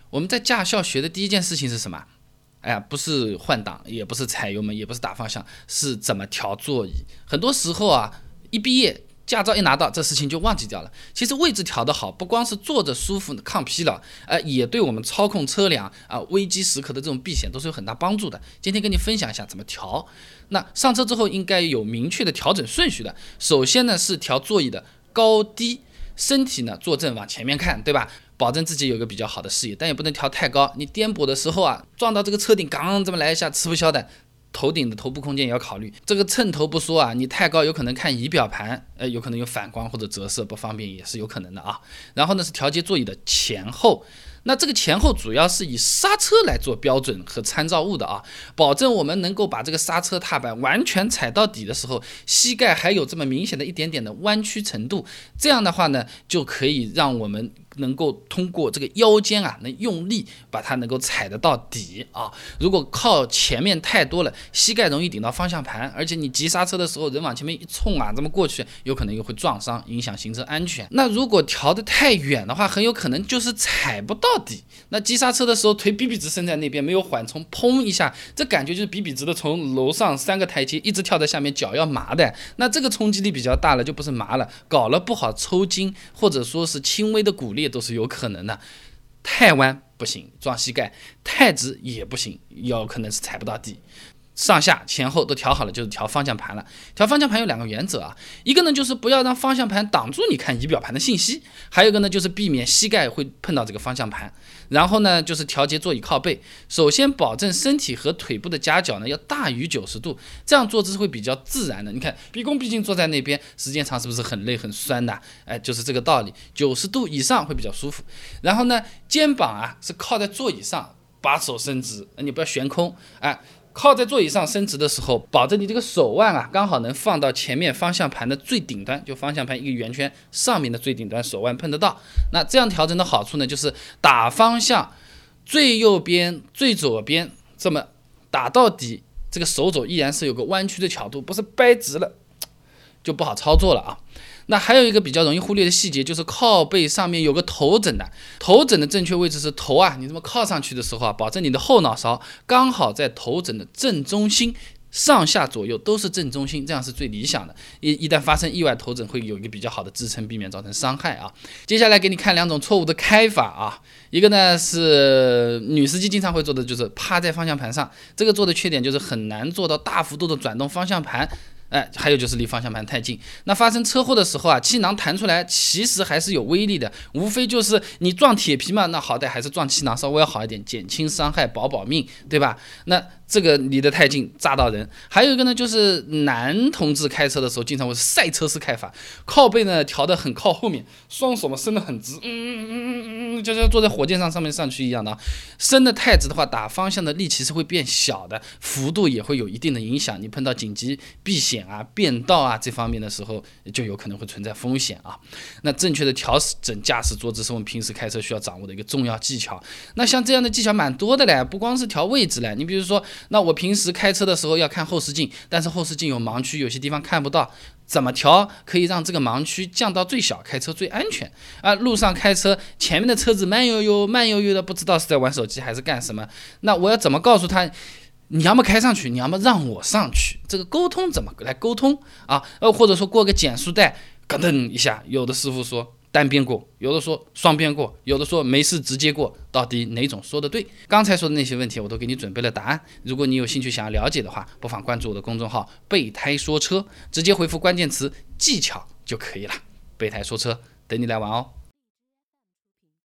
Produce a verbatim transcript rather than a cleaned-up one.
我们在驾校学的第一件事情是什么？哎呀，不是换挡，也不是踩油门，也不是打方向，是怎么调座椅。很多时候啊，一毕业驾照一拿到，这事情就忘记掉了。其实位置调得好，不光是坐着舒服抗疲劳，呃，也对我们操控车辆啊、呃、危机时刻的这种避险都是有很大帮助的。今天跟你分享一下怎么调。那上车之后应该有明确的调整顺序的。首先呢是调座椅的高低，身体呢坐正往前面看，对吧？保证自己有一个比较好的视野，但也不能调太高。你颠簸的时候啊，撞到这个车顶，刚这么来一下，吃不消的。头顶的头部空间也要考虑，这个称头不说啊，你太高有可能看仪表盘，呃，有可能有反光或者折射不方便，也是有可能的啊。然后呢是调节座椅的前后，那这个前后主要是以刹车来做标准和参照物的啊，保证我们能够把这个刹车踏板完全踩到底的时候，膝盖还有这么明显的一点点的弯曲程度，这样的话呢，就可以让我们能够通过这个腰间啊，能用力把它能够踩得到底啊。如果靠前面太多了，膝盖容易顶到方向盘，而且你急刹车的时候，人往前面一冲啊，这么过去，有可能又会撞伤，影响行车安全。那如果调得太远的话，很有可能就是踩不到底。那急刹车的时候，腿笔笔直伸在那边，没有缓冲，砰一下，这感觉就是笔笔直的从楼上三个台阶一直跳在下面，脚要麻的。那这个冲击力比较大了，就不是麻了，搞了不好抽筋，或者说是轻微的骨裂都是有可能的。太弯不行，撞膝盖；太直也不行，有可能是踩不到底。上下前后都调好了，就是调方向盘了。调方向盘有两个原则啊，一个呢就是不要让方向盘挡住你看仪表盘的信息，还有一个呢就是避免膝盖会碰到这个方向盘。然后呢就是调节座椅靠背，首先保证身体和腿部的夹角呢要大于九十度，这样坐姿会比较自然的。你看毕恭毕敬坐在那边，时间长是不是很累很酸的？哎，就是这个道理，九十度以上会比较舒服。然后呢肩膀啊是靠在座椅上，把手伸直，你不要悬空，哎。靠在座椅上伸直的时候，保证你这个手腕啊刚好能放到前面方向盘的最顶端，就方向盘一个圆圈上面的最顶端，手腕碰得到。那这样调整的好处呢，就是打方向最右边最左边这么打到底，这个手肘依然是有个弯曲的角度，不是掰直了就不好操作了啊。那还有一个比较容易忽略的细节，就是靠背上面有个头枕的，头枕的正确位置是头啊，你这么靠上去的时候啊，保证你的后脑勺刚好在头枕的正中心，上下左右都是正中心，这样是最理想的。一一旦发生意外，头枕会有一个比较好的支撑，避免造成伤害啊。接下来给你看两种错误的开法啊，一个呢是女司机经常会做的，就是趴在方向盘上，这个做的缺点就是很难做到大幅度的转动方向盘。哎，还有就是离方向盘太近。那发生车祸的时候啊，气囊弹出来其实还是有威力的，无非就是你撞铁皮嘛，那好歹还是撞气囊稍微要好一点，减轻伤害，保保命，对吧？那这个离得太近，炸到人。还有一个呢，就是男同志开车的时候，经常会是赛车式开法，靠背呢调得很靠后面，双手嘛伸得很直，嗯嗯嗯嗯，就像坐在火箭上上面上去一样的。伸得太直的话，打方向的力其实会变小的，幅度也会有一定的影响。你碰到紧急避险啊、变道啊这方面的时候，就有可能会存在风险啊。那正确的调整驾驶坐姿是我们平时开车需要掌握的一个重要技巧。那像这样的技巧蛮多的嘞，不光是调位置嘞，你比如说。那我平时开车的时候要看后视镜，但是后视镜有盲区，有些地方看不到，怎么调可以让这个盲区降到最小，开车最安全啊？路上开车，前面的车子慢悠悠、慢悠悠的，不知道是在玩手机还是干什么，那我要怎么告诉他？你要么开上去，你要么让我上去，这个沟通怎么来沟通啊？呃，或者说过个减速带，咯噔一下，有的师傅说。单边过，有的说双边过，有的说没事直接过，到底哪种说的对？刚才说的那些问题我都给你准备了答案，如果你有兴趣想要了解的话，不妨关注我的公众号备胎说车，直接回复关键词技巧就可以了。备胎说车等你来玩哦。